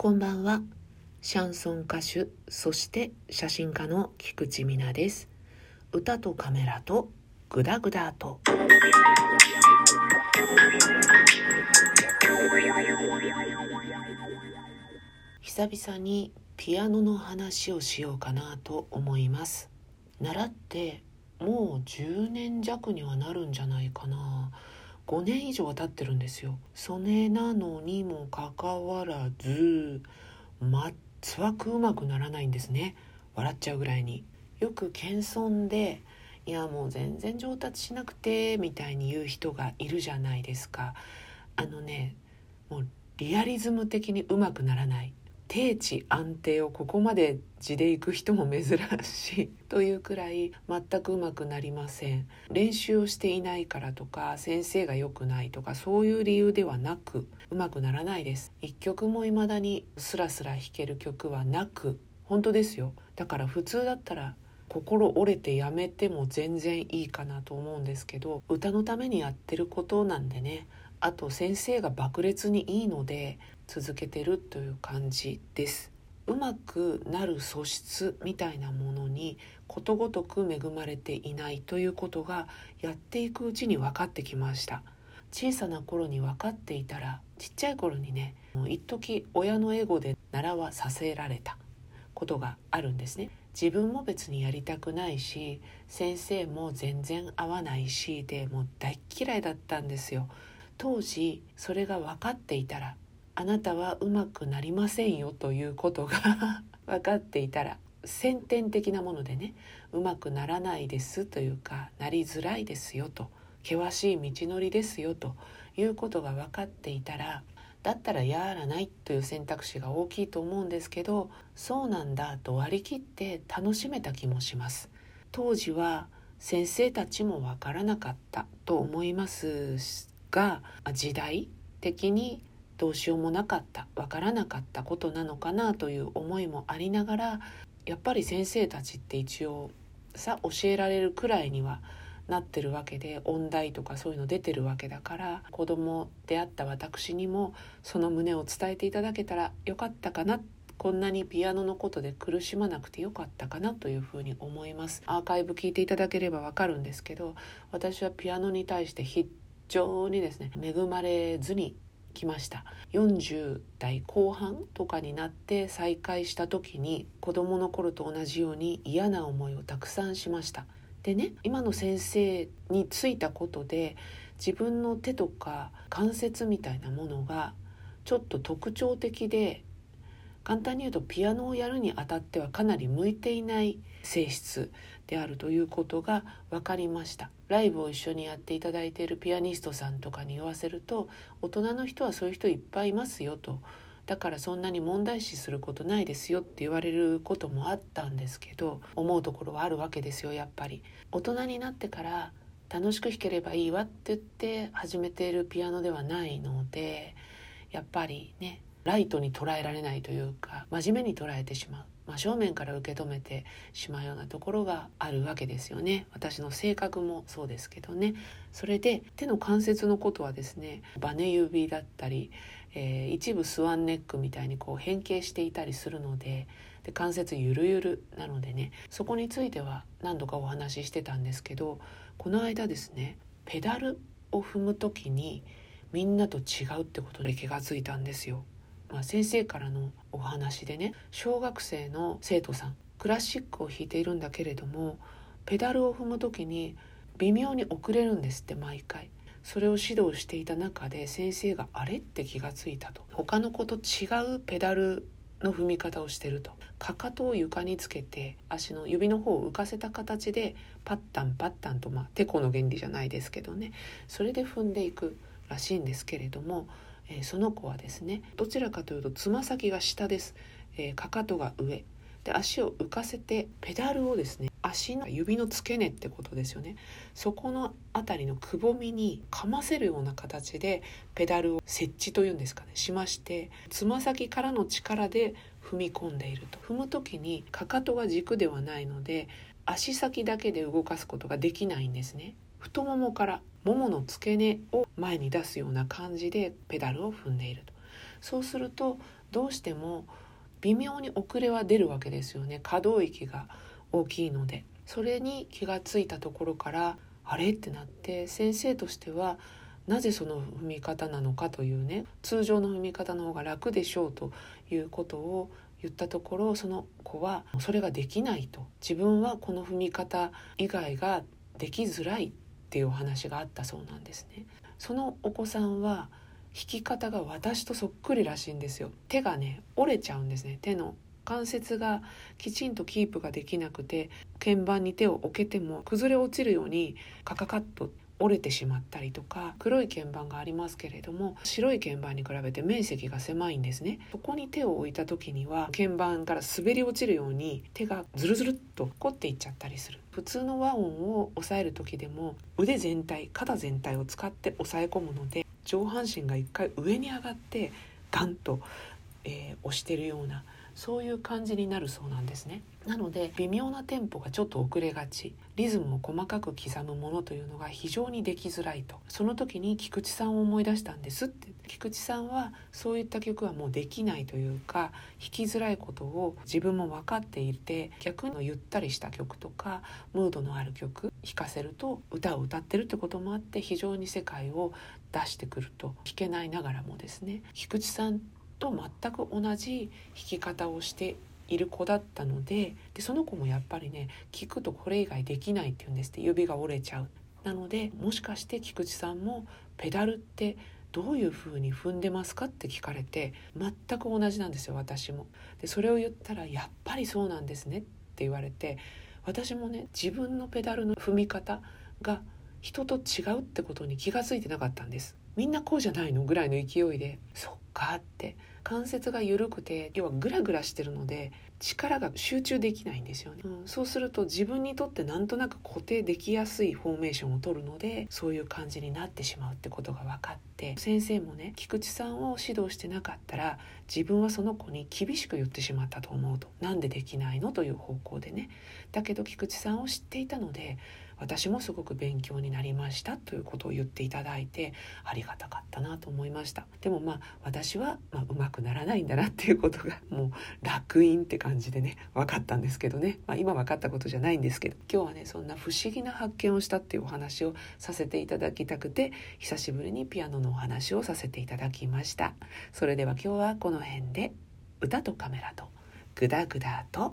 こんばんは。シャンソン歌手、そして写真家の菊池美奈です。歌とカメラとグダグダと。久々にピアノの話をしようかなと思います。習ってもう10年弱にはなるんじゃないかな。5年以上は経ってるんですよ。それなのにもかかわらず全くうまくならないんですね。笑っちゃうぐらいに。よく謙遜で、いやもう全然上達しなくてみたいに言う人がいるじゃないですか。もうリアリズム的にうまくならない。定置安定をここまで地で行く人も珍しいというくらい全くうまくなりません。練習をしていないからとか先生が良くないとかそういう理由ではなくうまくならないです。一曲も未だにスラスラ弾ける曲はなく、本当ですよ。だから普通だったら心折れてやめても全然いいかなと思うんですけど、歌のためにやってることなんでね。あと先生が爆裂にいいので続けてるという感じです。うまくなる素質みたいなものにことごとく恵まれていないということがやっていくうちに分かってきました。小さな頃に分かっていたら、ちっちゃい頃にね、一時親のエゴで習わさせられたことがあるんですね。自分も別にやりたくないし、先生も全然合わないしでもう大嫌いだったんですよ。当時それが分かっていたら、あなたはうまくなりませんよということが分かっていたら、先天的なものでね、うまくならないですというか、なりづらいですよと、険しい道のりですよということが分かっていたら、だったらやらないという選択肢が大きいと思うんですけど、そうなんだと割り切って楽しめた気もします。当時は先生たちも分からなかったと思いますが、時代的にどうしようもなかった、分からなかったことなのかなという思いもありながら、やっぱり先生たちって一応教えられるくらいにはなってるわけで、音大とかそういうの出てるわけだから、子供であった私にもその旨を伝えていただけたらよかったかな、こんなにピアノのことで苦しまなくてよかったかなというふうに思います。アーカイブ聞いていただければわかるんですけど、私はピアノに対して非常にですね、恵まれずに来ました。40代後半とかになって再会した時に、子供の頃と同じように嫌な思いをたくさんしました。でね、今の先生についたことで、自分の手とか関節みたいなものがちょっと特徴的で、簡単に言うとピアノをやるにあたってはかなり向いていない性質であるということが分かりました。ライブを一緒にやっていただいているピアニストさんとかに言わせると、大人の人はそういう人いっぱいいますよと、だからそんなに問題視することないですよって言われることもあったんですけど、思うところはあるわけですよ。やっぱり大人になってから楽しく弾ければいいわって言って始めているピアノではないので、やっぱりね、ライトに捉えられないというか、真面目に捉えてしまう、真正面から受け止めてしまうようなところがあるわけですよね。私の性格もそうですけどね。それで手の関節のことはですね、バネ指だったり、一部スワンネックみたいにこう変形していたりするので、関節ゆるゆるなのでね、そこについては何度かお話ししてたんですけど、この間ですね、ペダルを踏む時にみんなと違うってことで気がついたんですよ。先生からのお話でね、小学生の生徒さん、クラシックを弾いているんだけれども、ペダルを踏む時に微妙に遅れるんですって、毎回。それを指導していた中で先生があれって気がついたと。他の子と違うペダルの踏み方をしてると。かかとを床につけて足の指の方を浮かせた形でパッタンパッタンと、テコの原理じゃないですけどね、それで踏んでいくらしいんですけれども、その子はですね、どちらかというとつま先が下です、かかとが上で、足を浮かせてペダルをですね、足の指の付け根ってことですよね、そこのあたりのくぼみにかませるような形でペダルを設置というんですかね、しまして、つま先からの力で踏み込んでいると。踏む時にかかとが軸ではないので、足先だけで動かすことができないんですね。太ももからももの付け根を前に出すような感じでペダルを踏んでいると。そうするとどうしても微妙に遅れは出るわけですよね。可動域が大きいので。それに気がついたところからあれってなって、先生としてはなぜその踏み方なのかというね、通常の踏み方の方が楽でしょうということを言ったところ、その子はそれができないと、自分はこの踏み方以外ができづらいっていうお話があったそうなんですね。そのお子さんは弾き方が私とそっくりらしいんですよ。手がね折れちゃうんですね。手の関節がきちんとキープができなくて、鍵盤に手を置けても崩れ落ちるようにカカカッと折れてしまったりとか、黒い鍵盤がありますけれども白い鍵盤に比べて面積が狭いんですね。そこに手を置いた時には鍵盤から滑り落ちるように手がズルズルっと凝っていっちゃったりする。普通の和音を押さえる時でも腕全体、肩全体を使って押さえ込むので、上半身が一回上に上がってガンと、押してるような、そういう感じになるそうなんですね。なので微妙なテンポがちょっと遅れがち、リズムを細かく刻むものというのが非常にできづらいと。その時に菊池さんを思い出したんですって。菊池さんはそういった曲はもうできないというか、弾きづらいことを自分も分かっていて、逆にゆったりした曲とかムードのある曲弾かせると、歌を歌ってるってこともあって非常に世界を出してくると。弾けないながらもですね、菊池さんと全く同じ弾き方をしている子だったので、その子もやっぱりね、聞くとこれ以外できないって言うんですって。指が折れちゃう。なのでもしかして菊池さんもペダルってどういう風に踏んでますかって聞かれて、全く同じなんですよ、私も。でそれを言ったら、やっぱりそうなんですねって言われて、私もね、自分のペダルの踏み方が人と違うってことに気がついてなかったんです。みんなこうじゃないのぐらいの勢いで、そっかって。関節が緩くて、要はグラグラしてるので力が集中できないんですよね、そうすると自分にとってなんとなく固定できやすいフォーメーションを取るので、そういう感じになってしまうってことが分かって、先生もね、菊池さんを指導してなかったら自分はその子に厳しく言ってしまったと思うと。なんでできないのという方向でね。だけど菊池さんを知っていたので、私もすごく勉強になりましたということを言っていただいて、ありがたかったなと思いました。でも私は上手くならないんだなっていうことがもう烙印って感じでね、分かったんですけどね、今分かったことじゃないんですけど、今日はね、そんな不思議な発見をしたっていうお話をさせていただきたくて、久しぶりにピアノのお話をさせていただきました。それでは今日はこの辺で、歌とカメラとグダグダと